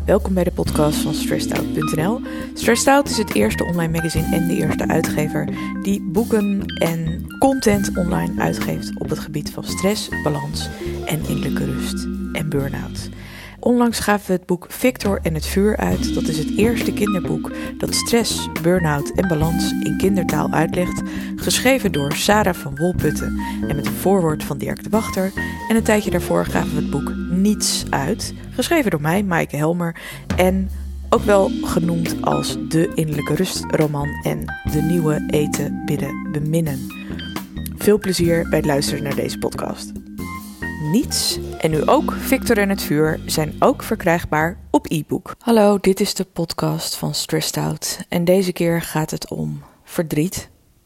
Welkom bij de podcast van stressedout.nl. Stressed Out is het eerste online magazine en de eerste uitgever die boeken en content online uitgeeft op het gebied van stress, balans en innerlijke rust en burn-out. Onlangs gaven we het boek Victor en het vuur uit. Dat is het eerste kinderboek dat stress, burn-out en balans in kindertaal uitlegt. Geschreven door Sarah van Wolputten en met een voorwoord van Dirk de Wachter. En een tijdje daarvoor gaven we het boek Niets uit. Geschreven door mij, Maaike Helmer. En ook wel genoemd als de innerlijke rustroman en de nieuwe eten, bidden, beminnen. Veel plezier bij het luisteren naar deze podcast. Niets en nu ook Victor en het vuur zijn ook verkrijgbaar op e-book. Hallo, dit is de podcast van Stressed Out en deze keer gaat het om verdriet.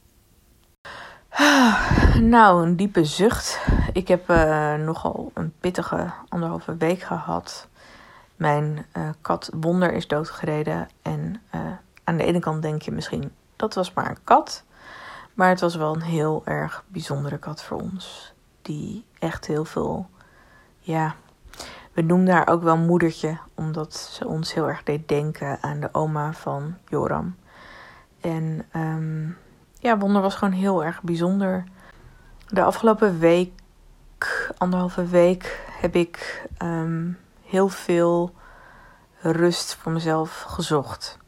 Nou, een diepe zucht. Ik heb nogal een pittige 1,5 week gehad. Mijn kat Wonder is doodgereden en aan de ene kant denk je misschien dat was maar een kat. Maar het was wel een heel erg bijzondere kat voor ons. Die echt heel veel, we noemden haar ook wel moedertje. Omdat ze ons heel erg deed denken aan de oma van Joram. En Wonder was gewoon heel erg bijzonder. De afgelopen week, 1,5 week, heb ik heel veel rust voor mezelf gezocht.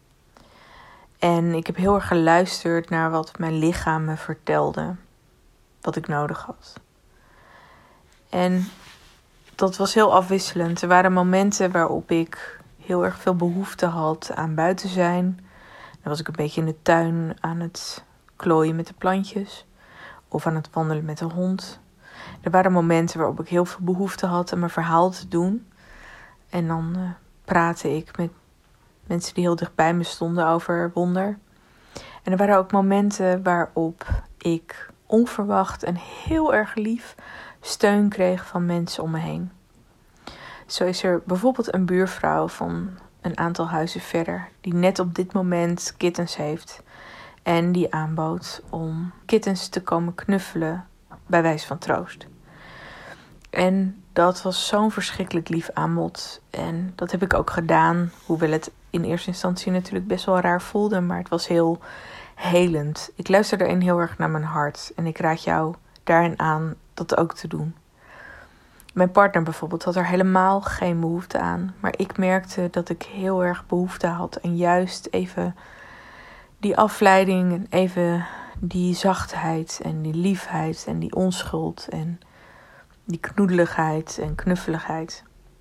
En ik heb heel erg geluisterd naar wat mijn lichaam me vertelde. Wat ik nodig had. En dat was heel afwisselend. Er waren momenten waarop ik heel erg veel behoefte had aan buiten zijn. Dan was ik een beetje in de tuin aan het klooien met de plantjes. Of aan het wandelen met de hond. Er waren momenten waarop ik heel veel behoefte had aan mijn verhaal te doen. En dan praatte ik met mensen die heel dichtbij me stonden over Wonder. En er waren ook momenten waarop ik onverwacht en heel erg lief steun kreeg van mensen om me heen. Zo is er bijvoorbeeld een buurvrouw van een aantal huizen verder die net op dit moment kittens heeft en die aanbood om kittens te komen knuffelen bij wijze van troost. En dat was zo'n verschrikkelijk lief aanbod en dat heb ik ook gedaan, hoewel het in eerste instantie natuurlijk best wel raar voelde, maar het was heel helend. Ik luister daarin heel erg naar mijn hart en ik raad jou daarin aan dat ook te doen. Mijn partner bijvoorbeeld had er helemaal geen behoefte aan, maar ik merkte dat ik heel erg behoefte had en juist even die afleiding en even die zachtheid en die liefheid en die onschuld en die knoedeligheid en knuffeligheid.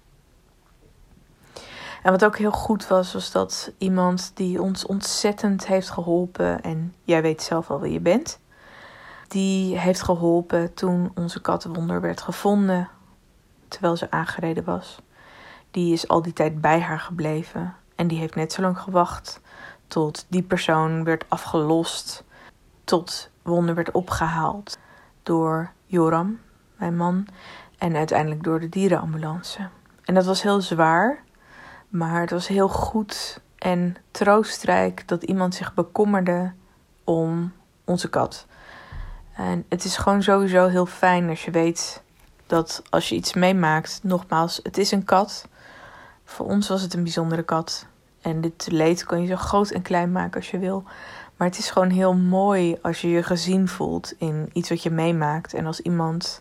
En wat ook heel goed was dat iemand die ons ontzettend heeft geholpen, en jij weet zelf al wie je bent, die heeft geholpen toen onze kat Wonder werd gevonden, terwijl ze aangereden was. Die is al die tijd bij haar gebleven en die heeft net zo lang gewacht tot die persoon werd afgelost, tot Wonder werd opgehaald door Joram, mijn man, en uiteindelijk door de dierenambulance. En dat was heel zwaar. Maar het was heel goed en troostrijk dat iemand zich bekommerde om onze kat. En het is gewoon sowieso heel fijn als je weet dat als je iets meemaakt, nogmaals, het is een kat. Voor ons was het een bijzondere kat. En dit leed kan je zo groot en klein maken als je wil. Maar het is gewoon heel mooi als je je gezien voelt in iets wat je meemaakt. En als iemand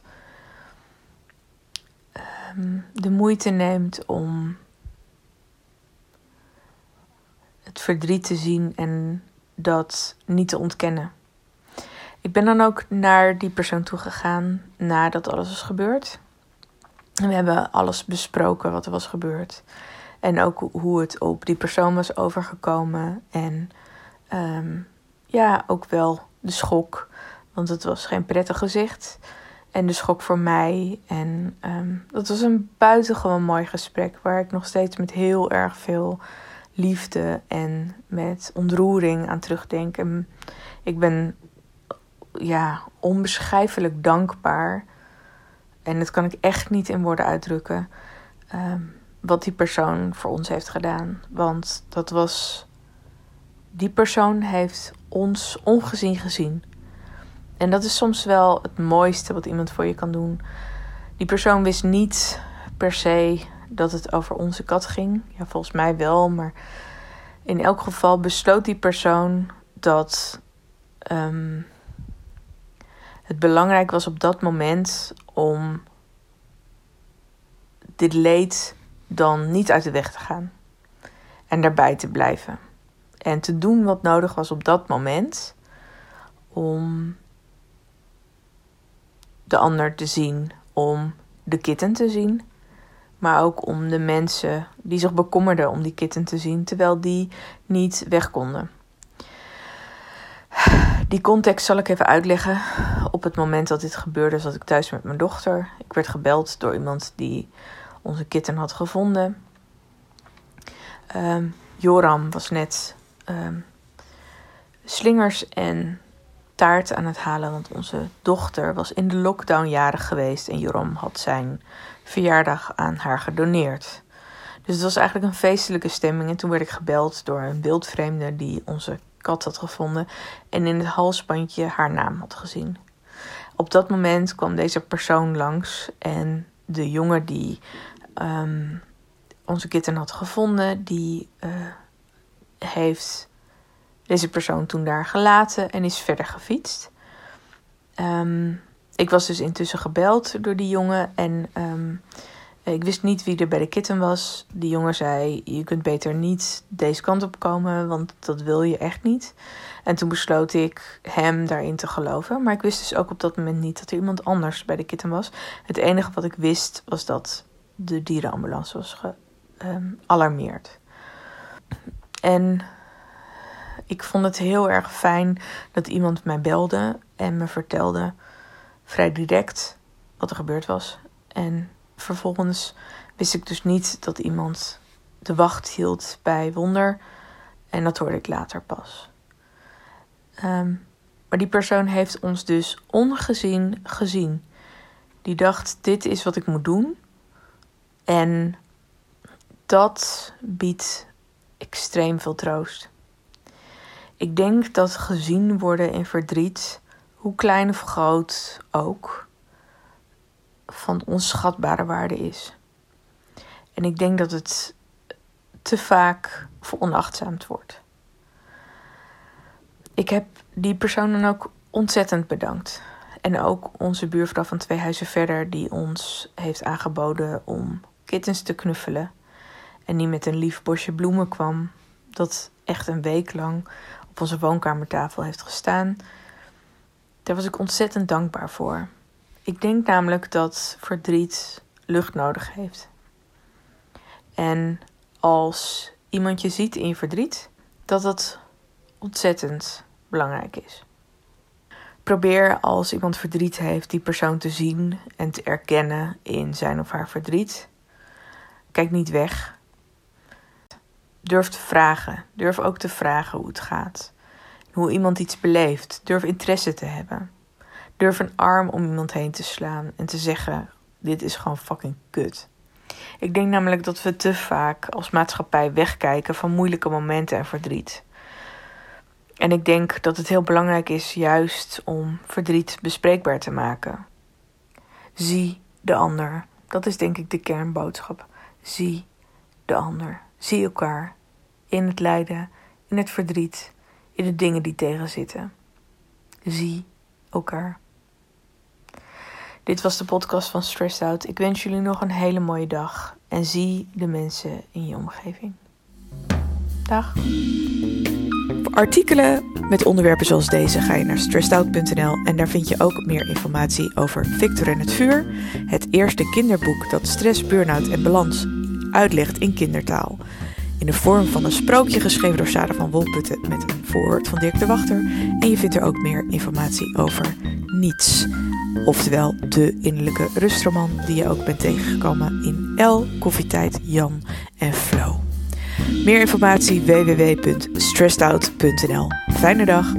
de moeite neemt om het verdriet te zien en dat niet te ontkennen. Ik ben dan ook naar die persoon toegegaan nadat alles was gebeurd. En we hebben alles besproken wat er was gebeurd. En ook hoe het op die persoon was overgekomen. En ook wel de schok. Want het was geen prettig gezicht. En de schok voor mij. En dat was een buitengewoon mooi gesprek. Waar ik nog steeds met heel erg veel liefde en met ontroering aan terugdenk. En ik ben onbeschrijfelijk dankbaar. En dat kan ik echt niet in woorden uitdrukken. Wat die persoon voor ons heeft gedaan. Want die persoon heeft ons ongezien gezien. En dat is soms wel het mooiste wat iemand voor je kan doen. Die persoon wist niet per se dat het over onze kat ging. Ja, volgens mij wel, maar in elk geval besloot die persoon dat het belangrijk was op dat moment om dit leed dan niet uit de weg te gaan. En daarbij te blijven. En te doen wat nodig was op dat moment om de ander te zien, om de kitten te zien, maar ook om de mensen die zich bekommerden om die kitten te zien, terwijl die niet weg konden. Die context zal ik even uitleggen. Op het moment dat dit gebeurde zat ik thuis met mijn dochter. Ik werd gebeld door iemand die onze kitten had gevonden. Joram was net slingers en taart aan het halen, want onze dochter was in de lockdown jarig geweest en Joram had zijn verjaardag aan haar gedoneerd. Dus het was eigenlijk een feestelijke stemming en toen werd ik gebeld door een wildvreemde die onze kat had gevonden en in het halsbandje haar naam had gezien. Op dat moment kwam deze persoon langs en de jongen die onze kitten had gevonden, die heeft deze persoon toen daar gelaten en is verder gefietst. Ik was dus intussen gebeld door die jongen en ik wist niet wie er bij de kitten was. Die jongen zei, je kunt beter niet deze kant op komen, want dat wil je echt niet. En toen besloot ik hem daarin te geloven. Maar ik wist dus ook op dat moment niet dat er iemand anders bij de kitten was. Het enige wat ik wist was dat de dierenambulance was gealarmeerd. En ik vond het heel erg fijn dat iemand mij belde en me vertelde vrij direct wat er gebeurd was. En vervolgens wist ik dus niet dat iemand de wacht hield bij Wonder. En dat hoorde ik later pas. Maar die persoon heeft ons dus ongezien gezien. Die dacht, dit is wat ik moet doen. En dat biedt extreem veel troost. Ik denk dat gezien worden in verdriet, hoe klein of groot ook, van onschatbare waarde is. En ik denk dat het te vaak veronachtzaamd wordt. Ik heb die persoon dan ook ontzettend bedankt. En ook onze buurvrouw van 2 huizen verder die ons heeft aangeboden om kittens te knuffelen. En die met een lief bosje bloemen kwam, dat echt een week lang op onze woonkamertafel heeft gestaan. Daar was ik ontzettend dankbaar voor. Ik denk namelijk dat verdriet lucht nodig heeft. En als iemand je ziet in je verdriet, dat dat ontzettend belangrijk is. Probeer als iemand verdriet heeft die persoon te zien en te erkennen in zijn of haar verdriet. Kijk niet weg. Durf te vragen. Durf ook te vragen hoe het gaat. Hoe iemand iets beleeft. Durf interesse te hebben. Durf een arm om iemand heen te slaan en te zeggen, dit is gewoon fucking kut. Ik denk namelijk dat we te vaak als maatschappij wegkijken van moeilijke momenten en verdriet. En ik denk dat het heel belangrijk is juist om verdriet bespreekbaar te maken. Zie de ander. Dat is denk ik de kernboodschap. Zie de ander. Zie elkaar. In het lijden, in het verdriet, in de dingen die tegenzitten. Zie elkaar. Dit was de podcast van Stressed Out. Ik wens jullie nog een hele mooie dag. En zie de mensen in je omgeving. Dag. Voor artikelen met onderwerpen zoals deze ga je naar stressedout.nl en daar vind je ook meer informatie over Victor en het vuur. Het eerste kinderboek dat stress, burn-out en balans uitlegt in kindertaal. In de vorm van een sprookje geschreven door Sarah van Wolputten met een voorwoord van Dirk de Wachter. En je vindt er ook meer informatie over Niets. Oftewel de innerlijke rustroman die je ook bent tegengekomen in El, Koffietijd, Jan en Flo. Meer informatie www.stressedout.nl. Fijne dag!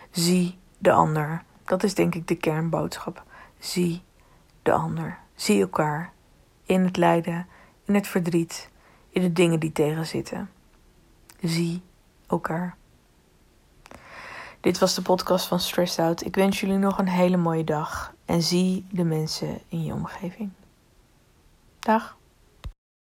Zie de ander. Dat is denk ik de kernboodschap. Zie de ander. Zie elkaar. In het lijden, in het verdriet, in de dingen die tegenzitten. Zie elkaar. Dit was de podcast van Stressed Out. Ik wens jullie nog een hele mooie dag. En zie de mensen in je omgeving. Dag.